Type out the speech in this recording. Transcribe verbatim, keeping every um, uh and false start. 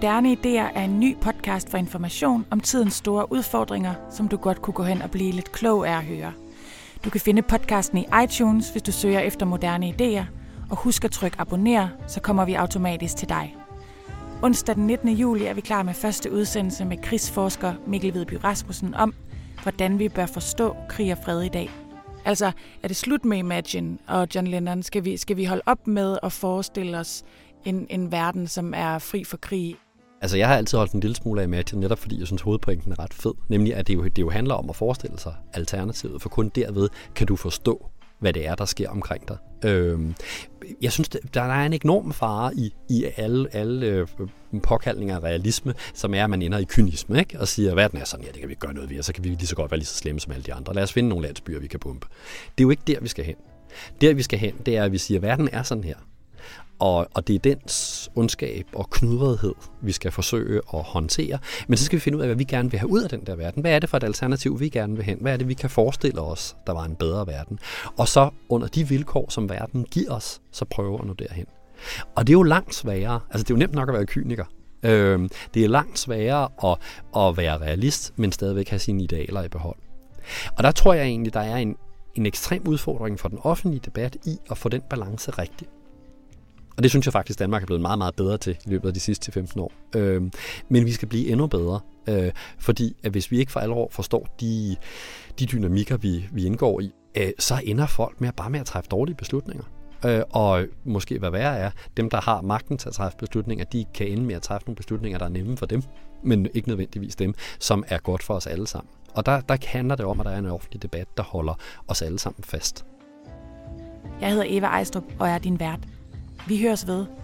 Moderne Idéer er en ny podcast for information om tidens store udfordringer, som du godt kunne gå hen og blive lidt klog af at høre. Du kan finde podcasten i iTunes, hvis du søger efter Moderne Idéer, og husk at trykke abonner, så kommer vi automatisk til dig. Onsdag den nittende juli er vi klar med første udsendelse med krigsforsker Mikkel Hvidby Rasmussen om, hvordan vi bør forstå krig og fred i dag. Altså, er det slut med Imagine og John Lennon? Skal vi, skal vi holde op med at forestille os en, en verden, som er fri for krig? Altså, jeg har altid holdt en lille smule af Imagine, netop fordi jeg synes, hovedpointen er ret fed. Nemlig, at det jo, det jo handler om at forestille sig alternativet, for kun derved kan du forstå, hvad det er, der sker omkring dig. Øhm, jeg synes, der er en enorm fare i, i alle, alle øh, påkaldninger af realisme, som er, at man ender i kynisme, ikke? Og siger, at verden er sådan, ja, det kan vi gøre noget ved, og så kan vi lige så godt være lige så slemme som alle de andre. Lad os finde nogle landsbyer, vi kan bombe. Det er jo ikke der, vi skal hen. Der, vi skal hen, det er, at vi siger, at verden er sådan her. Og, og det er dens ondskab og knudrethed, vi skal forsøge at håndtere. Men så skal vi finde ud af, hvad vi gerne vil have ud af den der verden. Hvad er det for et alternativ, vi gerne vil hen? Hvad er det, vi kan forestille os, der var en bedre verden? Og så under de vilkår, som verden giver os, så prøver at nå derhen. Og det er jo langt sværere. Altså, det er jo nemt nok at være kyniker. Øh, det er langt sværere at, at være realist, men stadigvæk have sine idealer i behold. Og der tror jeg egentlig, der er en, en ekstrem udfordring for den offentlige debat i at få den balance rigtig. Og det synes jeg faktisk, Danmark er blevet meget, meget bedre til i løbet af de sidste femten år. Øh, men vi skal blive endnu bedre, øh, fordi at hvis vi ikke for alvor forstår de, de dynamikker, vi, vi indgår i, øh, så ender folk med at bare med at træffe dårlige beslutninger. Øh, og måske hvad værre er, dem der har magten til at træffe beslutninger, de kan ende med at træffe nogle beslutninger, der er nemme for dem, men ikke nødvendigvis dem, som er godt for os alle sammen. Og der, der handler det om, at der er en offentlig debat, der holder os alle sammen fast. Jeg hedder Eva Ejstrup og er din vært. Vi høres ved.